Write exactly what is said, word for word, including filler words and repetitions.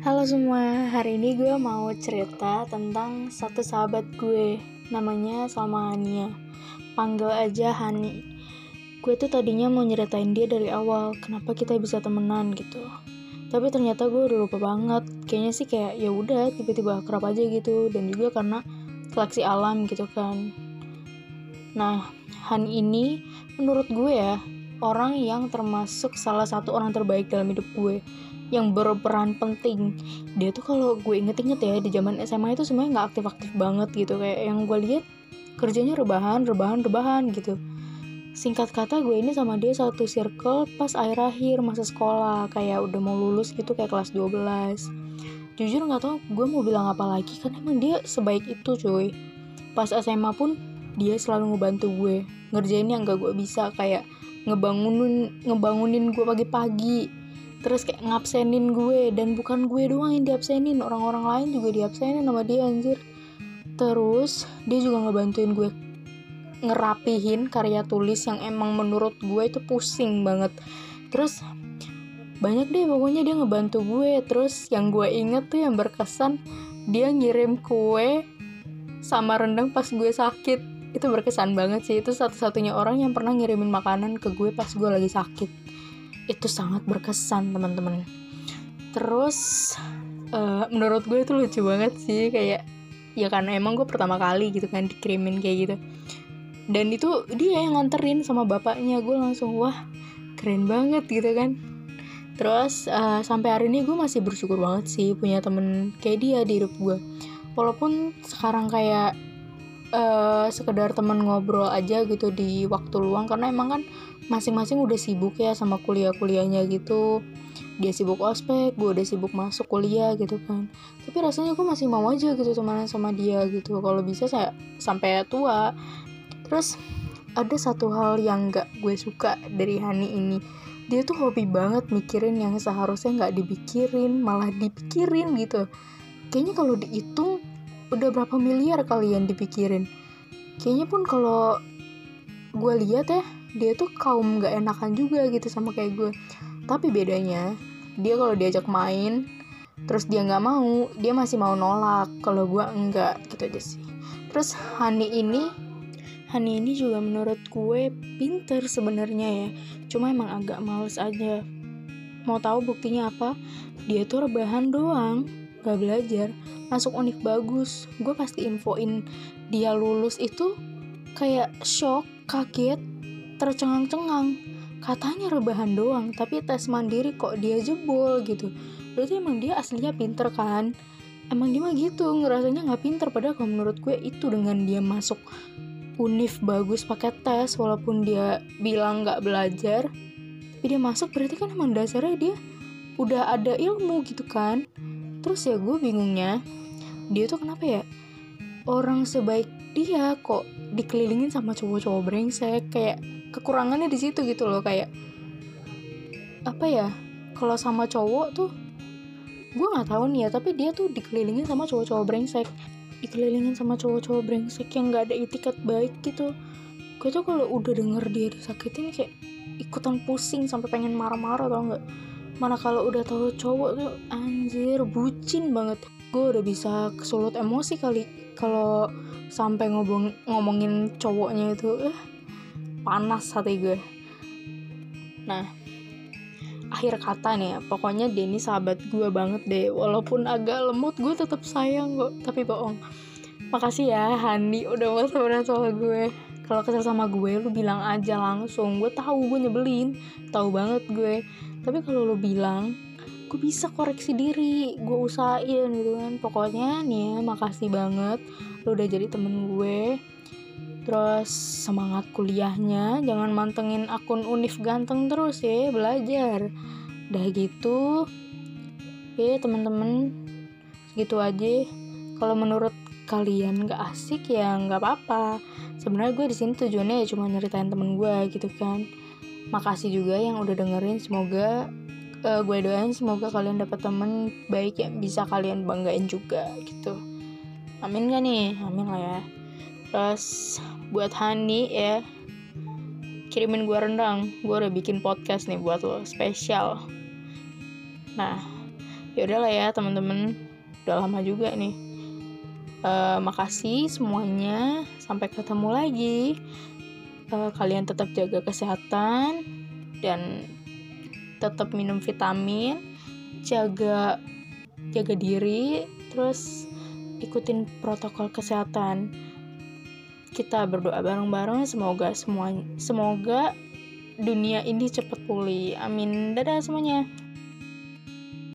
Halo semua, hari ini gue mau cerita tentang satu sahabat gue, namanya Salma Hania. Panggil aja Hani. Gue tuh tadinya mau nyeritain dia dari awal, kenapa kita bisa temenan gitu. Tapi ternyata gue udah lupa banget. Kayaknya sih kayak ya udah tiba-tiba akrab aja gitu, dan juga karena seleksi alam gitu kan. Nah, Hani ini menurut gue ya, orang yang termasuk salah satu orang terbaik dalam hidup gue, yang berperan penting. Dia tuh kalau gue inget-inget ya, di zaman S M A itu sebenarnya nggak aktif-aktif banget gitu. Kayak yang gue lihat kerjanya rebahan, rebahan, rebahan gitu. Singkat kata, gue ini sama dia satu circle pas akhir-akhir masa sekolah, kayak udah mau lulus gitu, kayak kelas dua belas. Jujur nggak tahu gue mau bilang apa lagi, karena emang dia sebaik itu cuy. Pas S M A pun dia selalu ngebantu gue ngerjain yang gak gue bisa, kayak ngebangunin ngebangunin gue pagi-pagi, terus kayak ngabsenin gue, dan bukan gue doang yang diabsenin, orang-orang lain juga diabsenin sama dia anjir. Terus dia juga ngebantuin gue ngerapihin karya tulis yang emang menurut gue itu pusing banget. Terus banyak deh pokoknya dia ngebantu gue. Terus yang gue inget tuh yang berkesan, dia ngirim kue sama rendang pas gue sakit. Itu berkesan banget sih. Itu satu-satunya orang yang pernah ngirimin makanan ke gue pas gue lagi sakit. Itu sangat berkesan teman-teman. Terus uh, menurut gue itu lucu banget sih, kayak ya karena emang gue pertama kali gitu kan dikirimin kayak gitu, dan itu dia yang nganterin sama bapaknya. Gue langsung wah keren banget gitu kan. Terus uh, sampai hari ini gue masih bersyukur banget sih punya temen kayak dia di hidup gue, walaupun sekarang kayak Uh, sekedar teman ngobrol aja gitu di waktu luang, karena emang kan masing-masing udah sibuk ya sama kuliah-kuliahnya gitu. Dia sibuk ospek, gue udah sibuk masuk kuliah gitu kan. Tapi rasanya gue masih mau aja gitu temenan sama dia gitu, kalau bisa saya sampai tua. Terus ada satu hal yang gak gue suka dari Hani ini, dia tuh hobi banget mikirin yang seharusnya gak dipikirin, malah dipikirin gitu. Kayaknya kalau dihitung udah berapa miliar kalian dipikirin. Kayaknya pun kalau gue lihat ya, dia tuh kaum gak enakan juga gitu sama kayak gue. Tapi bedanya, dia kalau diajak main terus dia gak mau, dia masih mau nolak. Kalau gue enggak, gitu aja sih. Terus Hani ini Hani ini juga menurut gue pinter sebenarnya ya, cuma emang agak males aja. Mau tahu buktinya apa? Dia tuh rebahan doang, gak belajar, masuk univ bagus. Gue pasti infoin dia lulus itu kayak shock, kaget, tercengang-cengang. Katanya rebahan doang, tapi tes mandiri kok dia jebol gitu. Berarti emang dia aslinya pinter kan? Emang dia mah gitu, ngerasanya gak pinter. Padahal kalau menurut gue itu dengan dia masuk univ bagus pakai tes, walaupun dia bilang gak belajar, tapi dia masuk, berarti kan emang dasarnya dia udah ada ilmu gitu kan. Terus ya gue bingungnya, dia tuh kenapa ya orang sebaik dia kok dikelilingin sama cowok-cowok brengsek. Kayak kekurangannya di situ gitu loh. Kayak apa ya, kalau sama cowok tuh gue nggak tahu nih ya, tapi dia tuh dikelilingin sama cowok-cowok brengsek, dikelilingin sama cowok-cowok brengsek yang nggak ada etikat baik gitu. Gue tuh kalau udah denger dia disakitin kayak ikutan pusing sampai pengen marah-marah, tau nggak? Mana kalau udah tahu cowok tuh anjir bucin banget. Gue udah bisa kesulut emosi kali kalau sampai ngomong ngomongin cowoknya itu, eh panas hati gue. Nah, akhir kata nih ya, pokoknya dia ini sahabat gue banget deh. Walaupun agak lemot, gue tetap sayang kok, tapi bohong. Makasih ya Hani udah mau temenan sama gue. Kalau kesel sama gue, lu bilang aja langsung. Gue tahu gue nyebelin, tahu banget gue. Tapi kalau lu bilang, gue bisa koreksi diri, gue usahain gitu kan. Pokoknya nih ya, makasih banget lu udah jadi temen gue. Terus semangat kuliahnya, jangan mantengin akun univ ganteng terus ya, belajar. Udah gitu, ya temen-temen, segitu aja. Kalau menurut kalian gak asik ya nggak apa-apa. Sebenarnya gue di sini tujuannya ya cuma nyeritain temen gue gitu kan. Makasih juga yang udah dengerin. Semoga uh, gue doain semoga kalian dapat temen baik yang bisa kalian banggain juga gitu. Amin gak nih? Amin lah ya. Terus buat Hani ya, kirimin gue rendang. Gue udah bikin podcast nih buat lo spesial. Nah, Ya udahlah ya teman-teman, udah lama juga nih. Uh, makasih semuanya, sampai ketemu lagi. Uh, kalian tetap jaga kesehatan dan tetap minum vitamin, jaga jaga diri, terus ikutin protokol kesehatan. Kita berdoa bareng-bareng, semoga semua semoga dunia ini cepat pulih. Amin. Dadah semuanya.